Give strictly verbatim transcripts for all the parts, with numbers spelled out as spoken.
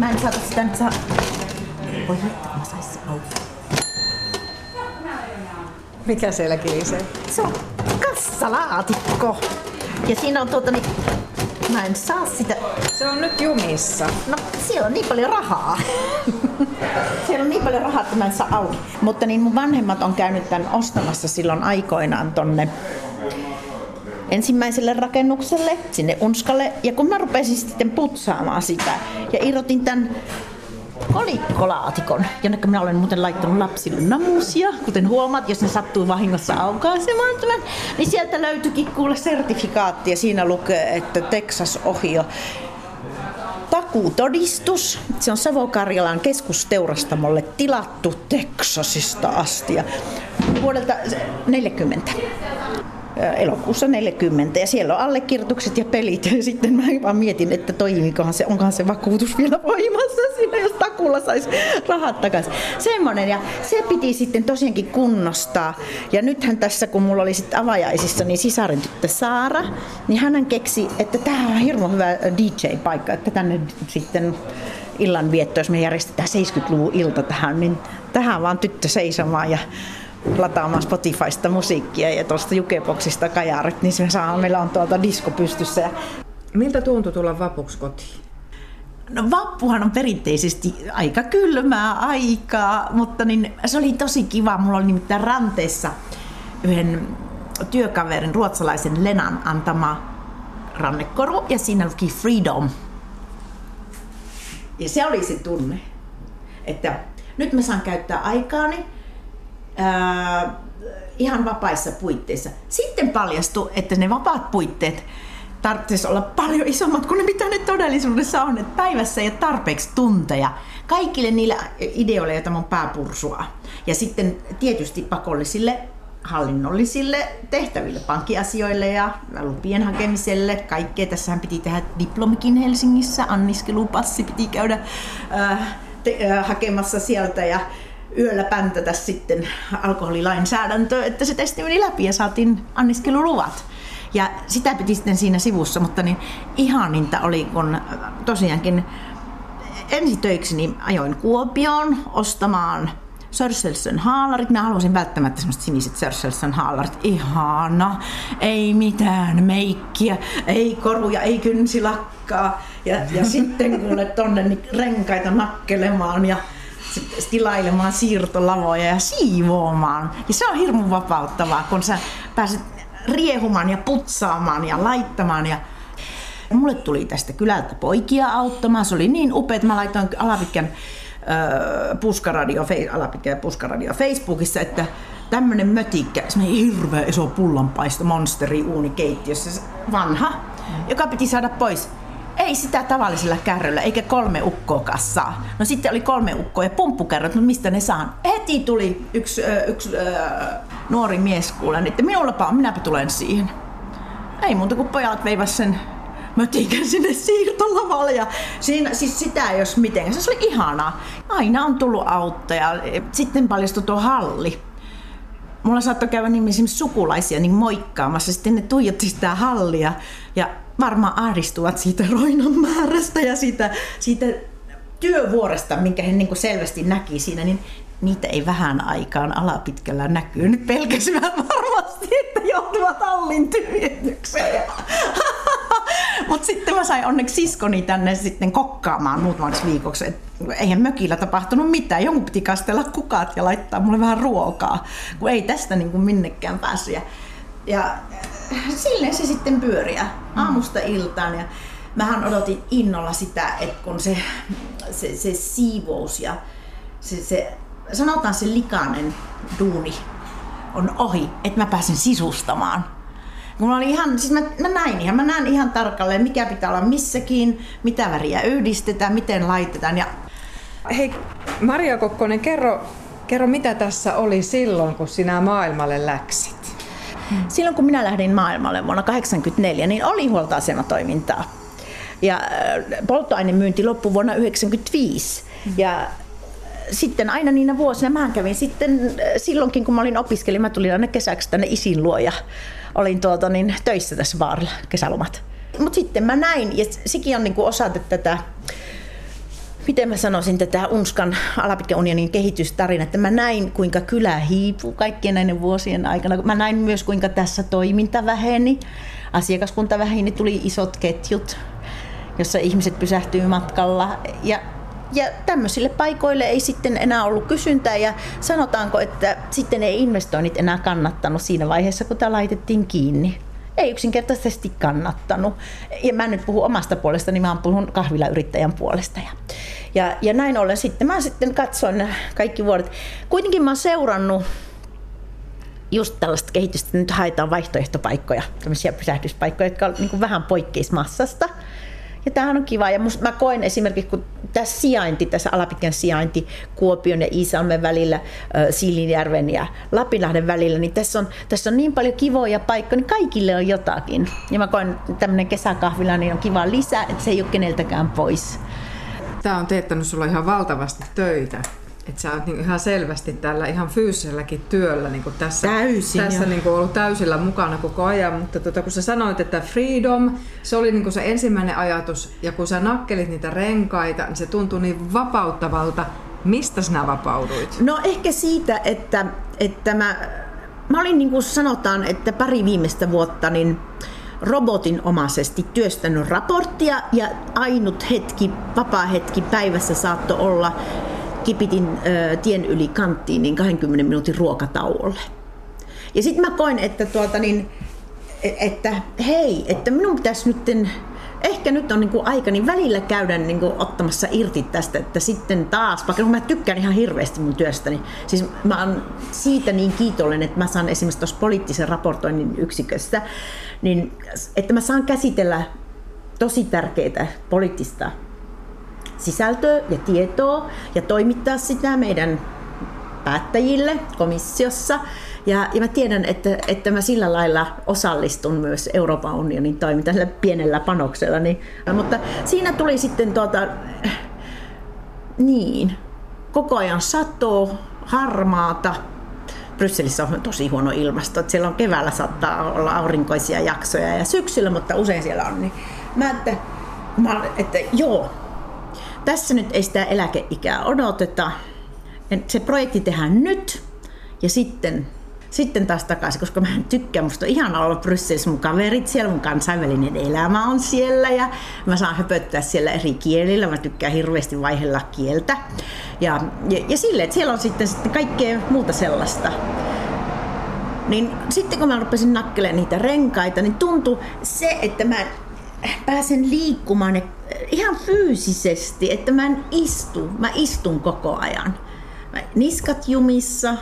Mä en saata sitä nyt saa... Voi hitto, kun mä sais se auki. Mikä siellä kilisee? Se on kassalaatikko. Ja siinä on tuota niin... Mä en saa sitä... Se on nyt jumissa. No, siellä on niin paljon rahaa. Siellä on niin paljon rahaa, että mä en saa auki. Mutta niin mun vanhemmat on käynyt tän ostamassa silloin aikoinaan tonne ensimmäiselle rakennukselle, sinne Unskalle. Ja kun mä rupesin sitten putsaamaan sitä ja irrotin tän kolikkolaatikon, jonne minä olen muuten laittanut lapsille namusia, kuten huomaat, jos ne sattuu vahingossa aukaisemaan tämän, niin sieltä löytyikin kuule sertifikaatti ja siinä lukee, että Texas Ohio takuutodistus. Se on Savo-Karjalan keskusteurastamolle tilattu Texasista asti ja vuodelta neljäkymmentä. Elokuussa neljäkymmentä ja siellä on allekirjoitukset ja pelit ja sitten mä vaan mietin, että toimiikohan se, onkohan se vakuutus vielä voimassa sillä, jos takulla saisi rahat takaisin. Semmoinen ja se piti sitten tosiaankin kunnostaa ja nythän tässä kun mulla oli sitten avajaisissa niin sisaren tyttö Saara, niin hän keksi, että tämä on hirmu hyvä D J-paikka, että tänne sitten illanvietto, jos me järjestetään seitsemänkymmentäluvun ilta tähän, niin tähän vaan tyttö seisomaan ja lataamaan Spotifysta musiikkia ja tuosta Jukeboxista kajarit, niin se saa, meillä on tuolta disko pystyssä. Miltä tuntui tulla vapuksi kotiin? No vappuhan on perinteisesti aika kylmää aikaa, mutta niin, se oli tosi kiva. Mulla oli nimittäin ranteessa yhden työkaverin, ruotsalaisen Lenan antama rannekoru ja siinä luki Freedom. Ja se oli se tunne, että nyt mä saan käyttää aikaani Äh, ihan vapaissa puitteissa. Sitten paljastui, että ne vapaat puitteet tarvitsisi olla paljon isommat kuin ne mitä ne todellisuudessa on. Että päivässä ei ole tarpeeksi tunteja kaikille niillä ideoille, joita mun pää pursuaa. Ja sitten tietysti pakollisille hallinnollisille tehtäville, pankkiasioille ja lupien hakemiselle. Kaikkea. Tässähän piti tehdä diplomikin Helsingissä, anniskelupassi piti käydä äh, te, äh, hakemassa sieltä ja yöllä päntätä sitten alkoholilainsäädäntöä, että se testi meni läpi ja saatiin anniskeluluvat. Ja sitä piti sitten siinä sivussa, mutta niin ihaninta oli, kun tosiaankin ensitöiksi niin ajoin Kuopioon ostamaan Sörselsen haalarit. Mä haluaisin välttämättä semmoiset siniset Sörselsen haalarit. Ihana, ei mitään meikkiä, ei koruja, ei kynsilakkaa. Ja, ja sitten kuule tonne niin renkaita nakkelemaan ja stilailemaan siirtolavoja ja siivoamaan. Ja se on hirmu vapauttavaa, kun sä pääset riehumaan ja putsaamaan ja laittamaan. Ja mulle tuli tästä kylältä poikia auttamaan. Se oli niin upea, että mä laitoin Alapitkän äh, puskaradio, Alapitkän puskaradio Facebookissa, että tämmönen mötikkä, semmoinen hirveä iso pullanpaisto monsteri uunikeittiössä, vanha, joka piti saada pois. Ei sitä tavallisella kärryllä, eikä kolme ukkoa saa. No sitten oli kolme ukkoa ja pumppukärryt, no mistä ne saan? Heti tuli yksi, yksi äh, nuori mies kuulen, että minullapa on, minäpä tulen siihen. Ei muuta kuin pojat veivät sen mötikän sinne siirtolavalle ja siinä, siis sitä jos miten. Se oli ihanaa. Aina on tullut auttaja. Sitten paljastui tuo halli. Mulla saattoi käydä niin esimerkiksi sukulaisia niin moikkaamassa, sitten ne tuijotti sitä hallia ja varmaan ahdistuvat siitä roinan määrästä ja siitä, siitä työvuoresta, minkä he niin kuin selvästi näki siinä, niin niitä ei vähän aikaan Alapitkällä näkyy. Nyt pelkäsivät varmasti, että joutuvat hallin tyhjennykseen. Mutta sitten mä sain onneksi siskoni tänne sitten kokkaamaan muutamaksi viikoksi. Et eihän mökillä tapahtunut mitään. Jonkun piti kastella kukat ja laittaa mulle vähän ruokaa, kun ei tästä niin kuin minnekään päässyt. Ja, ja silleen se sitten pyöri aamusta iltaan. Ja mähän odotin innolla sitä, että kun se, se, se siivous ja se, se, sanotaan se likainen duuni on ohi, että mä pääsen sisustamaan. Mulla oli ihan, siis mä, mä näin ihan, mä näen ihan tarkalleen, mikä pitää olla missäkin, mitä väriä yhdistetään, miten laitetaan. Ja... Hei, Maria Kokkonen, kerro, kerro mitä tässä oli silloin, kun sinä maailmalle läksit? Silloin kun minä lähdin maailmalle vuonna kahdeksankymmentäneljä, niin oli huoltoasematoimintaa. Ja polttoainemyynti loppui vuonna yhdeksänkymmentäviisi. Mm. Ja sitten aina niinä vuosina mä kävin sitten silloinkin, kun mä olin opiskelija, mä tulin aina kesäksi tänne isin luo ja olin tuolta niin töissä tässä baarilla kesälomat. Mutta sitten mä näin, ja sekin on niinku osa tätä miten mä sanoisin tätä Unskan Alapitkän unionin kehitystarina, että mä näin kuinka kylä hiipuu kaikkien näiden vuosien aikana. Mä näin myös kuinka tässä toiminta väheni, asiakaskunta väheni, tuli isot ketjut, jossa ihmiset pysähtyy matkalla ja, ja tämmöisille paikoille ei sitten enää ollut kysyntää ja sanotaanko, että sitten ei investoinnit enää kannattanut siinä vaiheessa, kun tämä laitettiin kiinni. Ei yksinkertaisesti kannattanut. Ja mä en nyt puhu omasta puolestani, mä puhun kahvilayrittäjän puolesta. Ja, ja, ja näin ollen sitten mä sitten katsoin kaikki vuodet. Kuitenkin mä oon seurannut just tällaista kehitystä, että nyt haetaan vaihtoehtopaikkoja, tämmöisiä pysähdyspaikkoja, jotka on niin kuin vähän poikkeis massasta. Ja tämähän on kiva. Ja musta mä koen esimerkiksi, kun tässä sijainti, tässä Alapitkän sijainti Kuopion ja Iisalmen välillä, Siilinjärven ja Lapinlahden välillä, niin tässä on, tässä on niin paljon kivoja paikkoja, niin kaikille on jotakin. Ja mä koen, tämmöinen kesäkahvila niin on kiva lisää, että se ei ole keneltäkään pois. Tämä on teettänyt sulla ihan valtavasti töitä. Että sä oot niin ihan selvästi tällä ihan fyysiselläkin työllä niin kuin tässä, Täysin, tässä niin kuin ollut täysillä mukana koko ajan. Mutta tuota, kun sä sanoit, että freedom, se oli niin kuin se ensimmäinen ajatus. Ja kun sä nakkelit niitä renkaita, niin se tuntui niin vapauttavalta. Mistä sinä vapauduit? No ehkä siitä, että, että mä, mä olin niin kuin sanotaan, että pari viimeistä vuotta niin robotinomaisesti työstänyt raporttia. Ja ainut hetki, vapaa hetki päivässä saattoi olla kipitin ö, tien yli kanttiin niin kahdenkymmenen minuutin ruokatauolle. Ja sitten mä koin, että, tuota, niin, että hei, että minun pitäisi nyt, ehkä nyt on niin kuin aika, niin välillä käydä niin kuin ottamassa irti tästä, että sitten taas, vaikka mä tykkään ihan hirveästi mun työstäni, siis mä oon siitä niin kiitollinen, että mä saan esimerkiksi tuossa poliittisen raportoinnin yksikössä, niin että mä saan käsitellä tosi tärkeitä poliittista sisältöä ja tietoa ja toimittaa sitä meidän päättäjille komissiossa. Ja, ja mä tiedän, että, että mä sillä lailla osallistun myös Euroopan unionin toimintaan pienellä panoksella. Niin, mutta siinä tuli sitten tuota, niin, koko ajan satoo, harmaata. Brysselissä on tosi huono ilmasto. Että siellä on keväällä saattaa olla aurinkoisia jaksoja ja syksyllä, mutta usein siellä on. Niin mä, että, mä, että joo. Tässä nyt ei sitä eläkeikää odoteta. Se projekti tehdään nyt ja sitten, sitten taas takaisin, koska mä tykkään. Musta on ihana olla Brysselissä, mun kaverit siellä, mun kansainvälinen elämä on siellä ja mä saan höpöttää siellä eri kielillä. Mä tykkään hirveästi vaihella kieltä. Ja, ja, ja silleen, että siellä on sitten, sitten kaikkea muuta sellaista. Niin sitten kun mä rupesin nakkelemaan niitä renkaita, niin tuntui se, että mä pääsen liikkumaan ihan fyysisesti, että mä en istu, mä istun koko ajan. Mä niskat jumissa,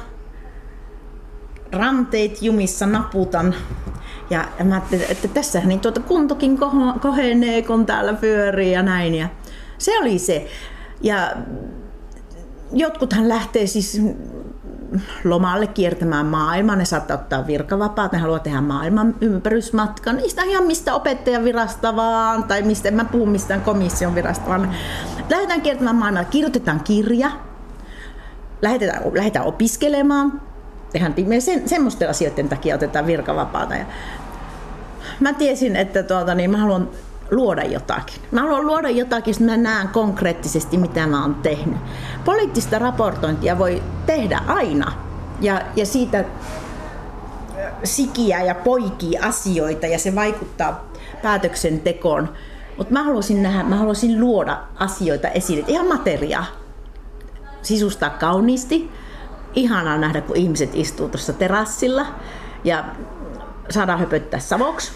ranteet jumissa, naputan. Ja mä ajattelin, että tässähän niin tuota kuntokin kohenee, kun täällä pyörii ja näin. Ja se oli se. Ja jotkuthan lähtee siis lomalle kiertämään maailmaa, ne saattaa ottaa virkavapaat, ne haluaa tehdä maailman ympärysmatkan, niistä ihan mistä opettajan virasta vaan, tai mistä, en mä puhu mistään komission virasta, vaan lähdetään kiertämään maailmaa, kirjoitetaan kirja, lähdetään, lähdetään opiskelemaan, tehdään sen, semmoisten asioiden takia otetaan virkavapaata. Ja mä tiesin, että tuota, niin mä haluan luoda jotakin. Mä haluan luoda jotakin, että mä näen konkreettisesti, mitä mä oon tehnyt. Poliittista raportointia voi tehdä aina. Ja, ja siitä sikiä ja poikii asioita ja se vaikuttaa päätöksentekoon. Mutta mä haluaisin nähdä, mä haluaisin luoda asioita esille. Ihan materiaa. Sisustaa kauniisti. Ihanaa nähdä, kun ihmiset istuu tuossa terassilla ja saadaan höpöttää savoksi.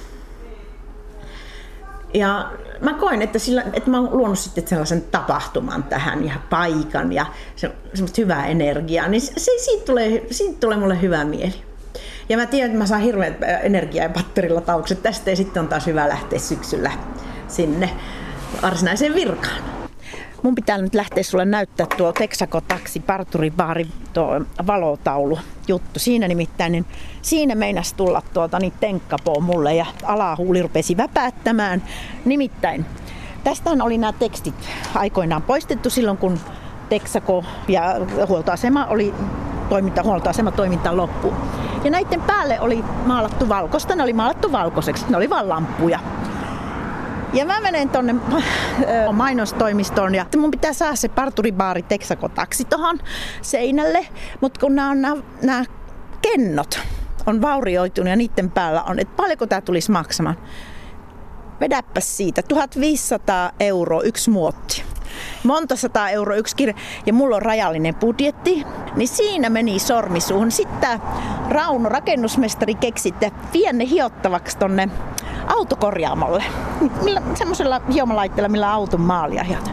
Ja mä koen, että, sillä, että mä oon luonut sitten sellaisen tapahtuman tähän ja paikan ja se, semmoista hyvää energiaa, niin se, siitä, tulee, siitä tulee mulle hyvä mieli. Ja mä tiedän, että mä saan hirveät energia- ja batterilataukset tästä ja sitten on taas hyvä lähteä syksyllä sinne varsinaiseen virkaan. Mun pitää nyt lähteä sulle näyttää tuo Texaco Taxi parturibaari tuo valotaulu juttu. Siinä nimittäin, niin siinä meinasi tulla tuota niin tenkkapoo mulle ja alahuuli rupesi väpäättämään. Nimittäin tästähän oli nämä tekstit aikoinaan poistettu silloin, kun Texaco ja huoltoasema oli toiminta, huoltoasema toiminta loppuun. Ja näiden päälle oli maalattu valkoista, ne oli maalattu valkoiseksi, ne oli vaan lamppuja. Ja mä menen tonne mainostoimistoon ja mun pitää saada se parturibaari Texaco-taksi tohon seinälle, mutta kun nämä on nämä kennot on vaurioitunut ja niiden päällä on, että paljonko tää tulisi maksamaan. Vedäpäs siitä, tuhatviisisataa euroa yksi muotti. Monta sataa euroa yksi kirja ja mulla on rajallinen budjetti, niin siinä meni sormi suuhun. Sitten tää Rauno, rakennusmestari, keksi, että vie ne hiottavaksi tonne autokorjaamolle. Millä, semmoisella hiomalaitteella, millä auton maalia hiota.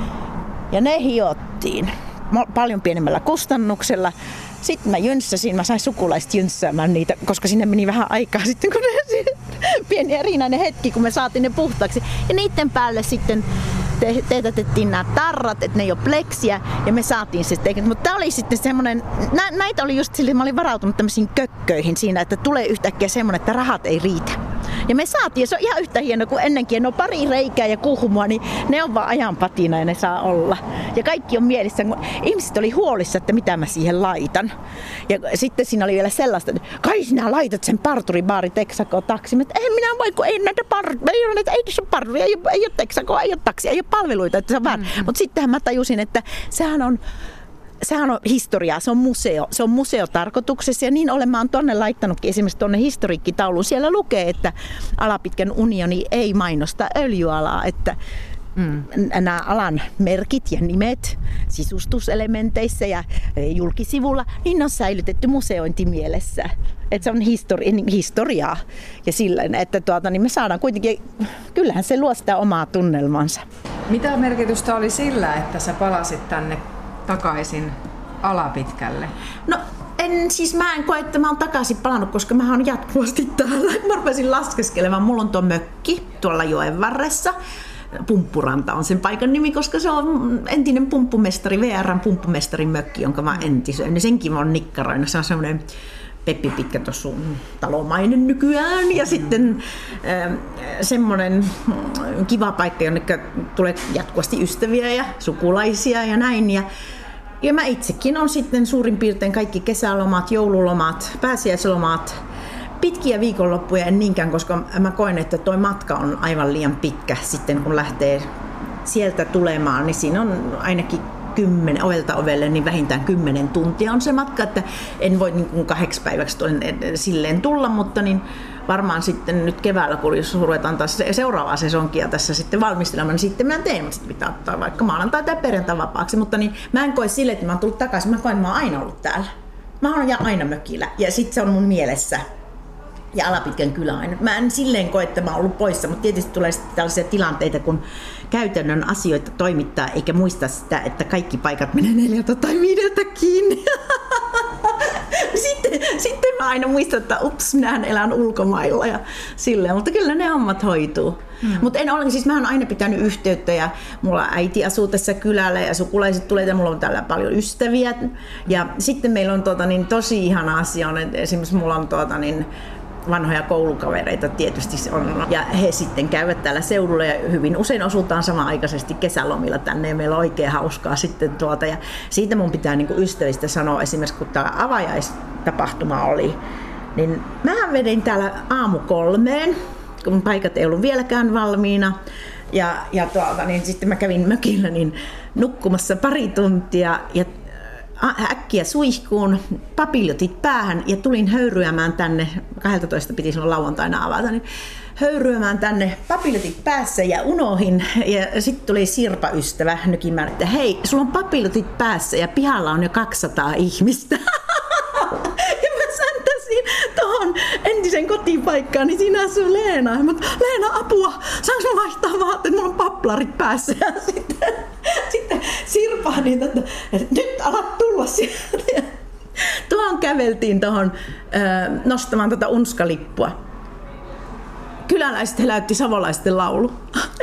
Ja ne hiottiin paljon pienemmällä kustannuksella. Sitten mä jynssäsin, mä sain sukulaiset jynssäämään niitä, koska sinne meni vähän aikaa sitten, kun ne pieni erinäinen hetki, kun me saatiin ne puhtaaksi. Ja niiden päälle sitten te- teetätettiin nämä tarrat, että ne ei ole pleksiä, ja me saatiin se tekemään. Mutta tämä oli sitten semmoinen, nä- näitä oli just sille, mä olin varautunut tämmöisiin kökköihin siinä, että tulee yhtäkkiä semmoinen, että rahat ei riitä. Ja me saatiin, ja se on ihan yhtä hieno kuin ennenkin, ne on pari reikää ja kuhmua, niin ne on vaan ajan patina ja ne saa olla. Ja kaikki on mielessä, kun ihmiset oli huolissa, että mitä mä siihen laitan. Ja sitten siinä oli vielä sellaista, että kai sinä laitat sen parturibaari Texaco-taksi. Että ei minä voi, kun ei näitä parturia, ei ole näitä, ei ole parturia, ei, ei ole Texaco, ei ole taksi, ei ole palveluita. Että se on mm-hmm. Mutta sittenhän mä tajusin, että sehän on Sehän on historiaa, se on museo, se on museotarkoituksessa ja niin olen mä oon tonne laittanutkin esimerkiksi tonne historiikkitauluun. Siellä lukee, että Alapitkän unioni ei mainosta öljyalaa, että mm. nämä alan merkit ja nimet sisustuselementeissä ja julkisivulla, niin ne on säilytetty museointimielessä. Että se on histori- historiaa ja sillä, että tuota, niin me saadaan kuitenkin, kyllähän se luo sitä omaa tunnelmansa. Mitä merkitystä oli sillä, että sä palasit tänne takaisin Alapitkälle? No en, siis mä en koe, että mä oon takaisin palannut, koska mä oon jatkuvasti täällä. Mä rupesin laskeskelemaan. Mulla on tuo mökki tuolla joen varressa. Pumppuranta on sen paikan nimi, koska se on entinen pumppumestari, V R:n pumppumestarin mökki, jonka mä entisoin. Senkin mä oon nikkaroinut. Se on semmoinen Peppi Pitkätossu talomainen nykyään ja sitten äh, semmoinen kiva paikka, jonne tulee jatkuvasti ystäviä ja sukulaisia ja näin. Ja, ja mä itsekin on sitten suurin piirtein kaikki kesälomat, joululomat, pääsiäislomat, pitkiä viikonloppuja en niinkään, koska mä koen, että toi matka on aivan liian pitkä sitten kun lähtee sieltä tulemaan, niin siinä on ainakin kymmenen, ovelta ovelle, niin vähintään kymmenen tuntia on se matka, että en voi niin kuin kahdeksi päiväksi silleen tulla, mutta niin varmaan sitten nyt keväällä, kun jos ruvetaan taas seuraavaa sesonkia tässä sitten valmistelemaan, niin sitten mä teen, että pitää ottaa vaikka maanantai tai perjantai vapaaksi, mutta niin mä en koe silleen, että mä oon tullut takaisin, mä koen, että mä oon aina ollut täällä. Mä oon aina mökillä ja sitten se on mun mielessä. Ja Alapitkän kylä aina. Mä en silleen koe, että mä oon ollut poissa, mutta tietysti tulee sitten tällaisia tilanteita, kun käytännön asioita toimittaa, eikä muista sitä, että kaikki paikat menee neljältä tai viideltä kiinni. sitten, sitten mä aina muistan, että ups, minähän elän ulkomailla ja silleen, mutta kyllä ne hommat hoituu. Mm. Mutta en ole, siis mä oon aina pitänyt yhteyttä ja mulla äiti asuu tässä kylällä ja sukulaiset tulee ja mulla on täällä paljon ystäviä. Ja sitten meillä on tuota, niin, tosi ihana asia on, että esimerkiksi mulla on tuota, niin, vanhoja koulukavereita tietysti se on. Ja he sitten käyvät täällä seudulla ja hyvin usein osutaan samanaikaisesti kesälomilla tänne ja meillä on oikein hauskaa sitten tuota. Ja siitä mun pitää niin kuin ystävistä sanoa esimerkiksi, kun tämä avajaistapahtuma oli, niin mähän vedin täällä aamu kolmeen, kun paikat ei ollut vieläkään valmiina. Ja, ja tuota, niin sitten mä kävin mökillä niin nukkumassa pari tuntia ja äkkiä suihkuun, papiljotit päähän ja tulin höyryämään tänne, kaksitoista piti silloin lauantaina avata, niin höyryämään tänne papiljotit päässä ja unohin. Ja sitten tuli Sirpa-ystävä nykimään, että hei, sulla on papiljotit päässä ja pihalla on jo kaksisataa ihmistä. Ja mä säntäsin tuohon entisen kotipaikkaan, niin siinä asuu Leena. Ja mä, Leena, apua, saanko mä vaihtaa vaatteet, mulla on paplarit päässä. Ja sitten, sitten sirpahdin, että, että nyt alat tulla sieltä. Tuohon käveltiin tuohon nostamaan tuota unskalippua. Kyläläiset heläytti savolaisten laulu.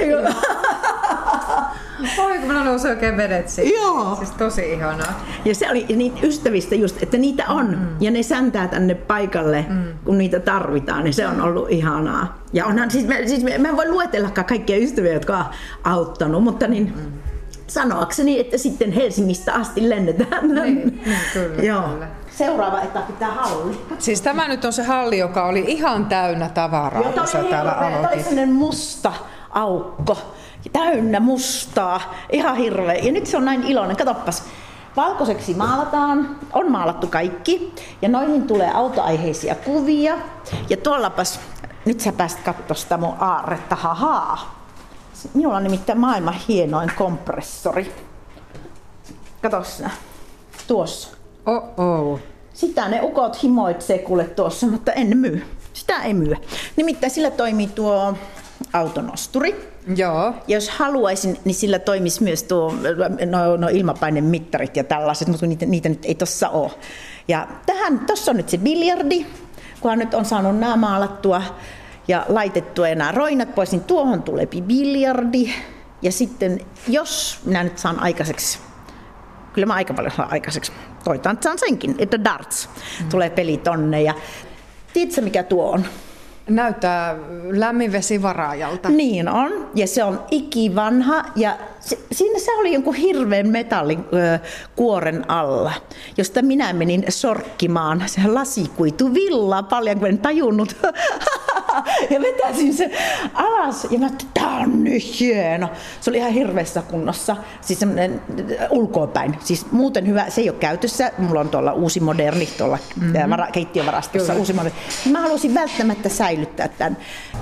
Oi, kun minulla nousi oikein vedet siitä. Joo. Siis tosi ihanaa. Ja se oli niitä ystävistä just, että niitä on. Mm. Ja ne säntää tänne paikalle, mm. kun niitä tarvitaan. Niin se on ollut ihanaa. Ja onhan, siis, mä, siis mä en voi luetellakaan kaikkia ystäviä, jotka on auttanut, mutta niin mm. sanoakseni, että sitten Helsingistä asti lennetään. Niin, niin kyllä, Joo. kyllä. Seuraava etappi, tämä halli. Siis tämä nyt on se halli, joka oli ihan täynnä tavaraa, kun sä täällä aloitit. Tämä oli sellainen musta, aukko, täynnä mustaa, ihan hirveä. Ja nyt se on näin iloinen, katoppas. Valkoiseksi maalataan, on maalattu kaikki ja noihin tulee autoaiheisia kuvia. Ja tuollapas, nyt sä pääst katsoa sitä mun aarretta, hahaa. Minulla on nimittäin maailman hienoin kompressori. Katos tuossa. Oh-oh. Sitä ne ukot himoitsee kuule tuossa, mutta en myy. Sitä ei myy. Nimittäin sillä toimii tuo autonosturi. Joo. Jos haluaisin, niin sillä toimisi myös tuo no, no ilmapainemittarit ja tällaiset, mutta niitä, niitä nyt ei tossa ole. Ja tähän, tossa on nyt se biljardi, kunhan nyt on saanut nämä maalattua ja laitettua ja nämä roinat pois, niin tuohon tulee biljardi. Ja sitten jos minä nyt saan aikaiseksi, kyllä mä aika paljon saan aikaiseksi, toivotaan, että saan senkin, että darts mm. tulee peli tonne. Ja tiedätkö mikä tuo on? Näyttää lämminvesivaraajalta. Niin on, ja se on ikivanha, ja se, siinä se oli jonkun hirveän metallin ö, kuoren alla, josta minä menin sorkkimaan se lasikuitu villaa paljon, kun en tajunnut. Ja vetäsin se alas, ja mä ajattelin, tää on nyt hieno. Se oli ihan hirveässä kunnossa, siis semmoinen ulkoapäin. Siis muuten hyvä, se ei ole käytössä. Mulla on tuolla uusi moderni, tuolla mm-hmm. vara, keittiövarastossa Kyllä. uusi moderni. Mä halusin välttämättä säilyttää tämän.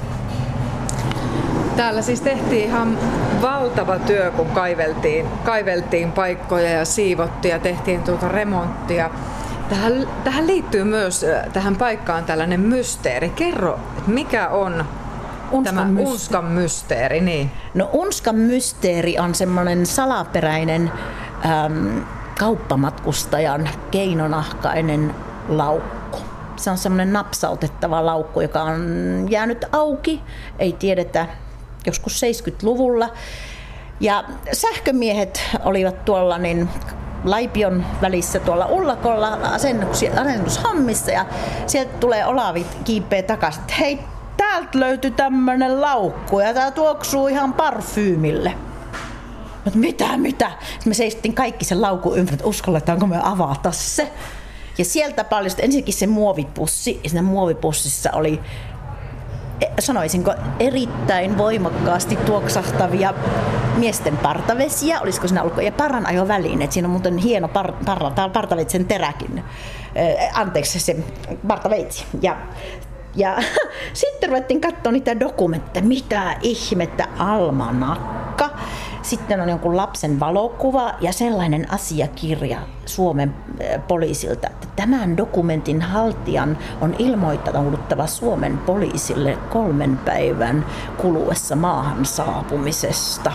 Täällä siis tehtiin ihan valtava työ, kun kaiveltiin, kaiveltiin paikkoja ja siivottiin ja tehtiin tuota remonttia. Tähän, tähän liittyy myös tähän paikkaan tällainen mysteeri. Kerro, mikä on Unskan tämä mysteeri. Unskan mysteeri? Niin. No Unskan mysteeri on semmoinen salaperäinen äm, kauppamatkustajan keinonahkainen laukku. Se on semmoinen napsautettava laukku, joka on jäänyt auki, ei tiedetä, joskus seitsemänkymmentäluvulla. Ja sähkömiehet olivat tuolla niin Laipion välissä tuolla Ullakolla asennushommissa ja sieltä tulee Olavi kiipeä takaisin, että hei, täältä löytyi tämmönen laukku ja tää tuoksuu ihan parfyymille. Mutta mitä, mitä? Me seistettiin kaikki sen laukun ympäri, että uskalletaanko me avata se. Ja sieltä paljastui ensinnäkin se muovipussi ja siinä muovipussissa oli, sanoisinko, erittäin voimakkaasti tuoksahtavia miesten partavesiä, olisiko siinä ollut, ja paranajo väliin, että siinä on muuten hieno par, par, partaveitsen teräkin, äh, anteeksi se partaveitsi. Ja, ja sitten ruvettiin katsoa niitä dokumentteja, mitä ihmettä, almanakka. Sitten on jonkun lapsen valokuva ja sellainen asiakirja Suomen poliisilta, että tämän dokumentin haltijan on ilmoittauduttava Suomen poliisille kolmen päivän kuluessa maahan saapumisesta.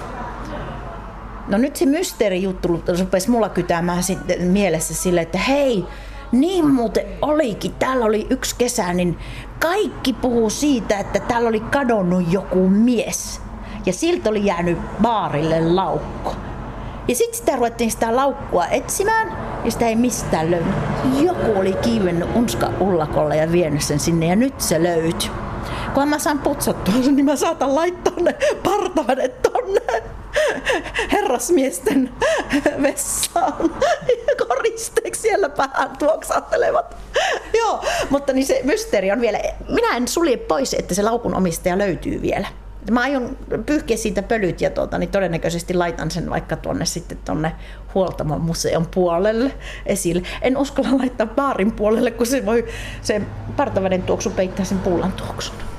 No nyt se mysteerijuttu rupesi mulla kytäämään sitten mielessä silleen, että hei, niin muuten olikin. Täällä oli yksi kesä, niin kaikki puhuu siitä, että täällä oli kadonnut joku mies. Ja siltä oli jäänyt baarille laukku. Ja sitten sitä ruvettiin sitä laukkua etsimään ja sitä ei mistään löynyt. Joku oli kiivennyt Unska Ullakolle ja vienyt sen sinne ja nyt se löytyi. Kun mä saan putsattua sen, niin mä saatan laittaa ne partavedet tonne herrasmiesten vessaan. Ja koristeeksi siellä vähän tuoksahtelevat. Joo, mutta niin se mysteeri on vielä. Minä en sulje pois, että se laukun omistaja löytyy vielä. Mä aion pyyhkiä siitä pölyt ja tuota, niin todennäköisesti laitan sen vaikka tuonne sitten tuonne Huoltamon museon puolelle esille. En uskalla laittaa baarin puolelle, kun se voi se partaveden tuoksu peittää sen pullan tuoksun.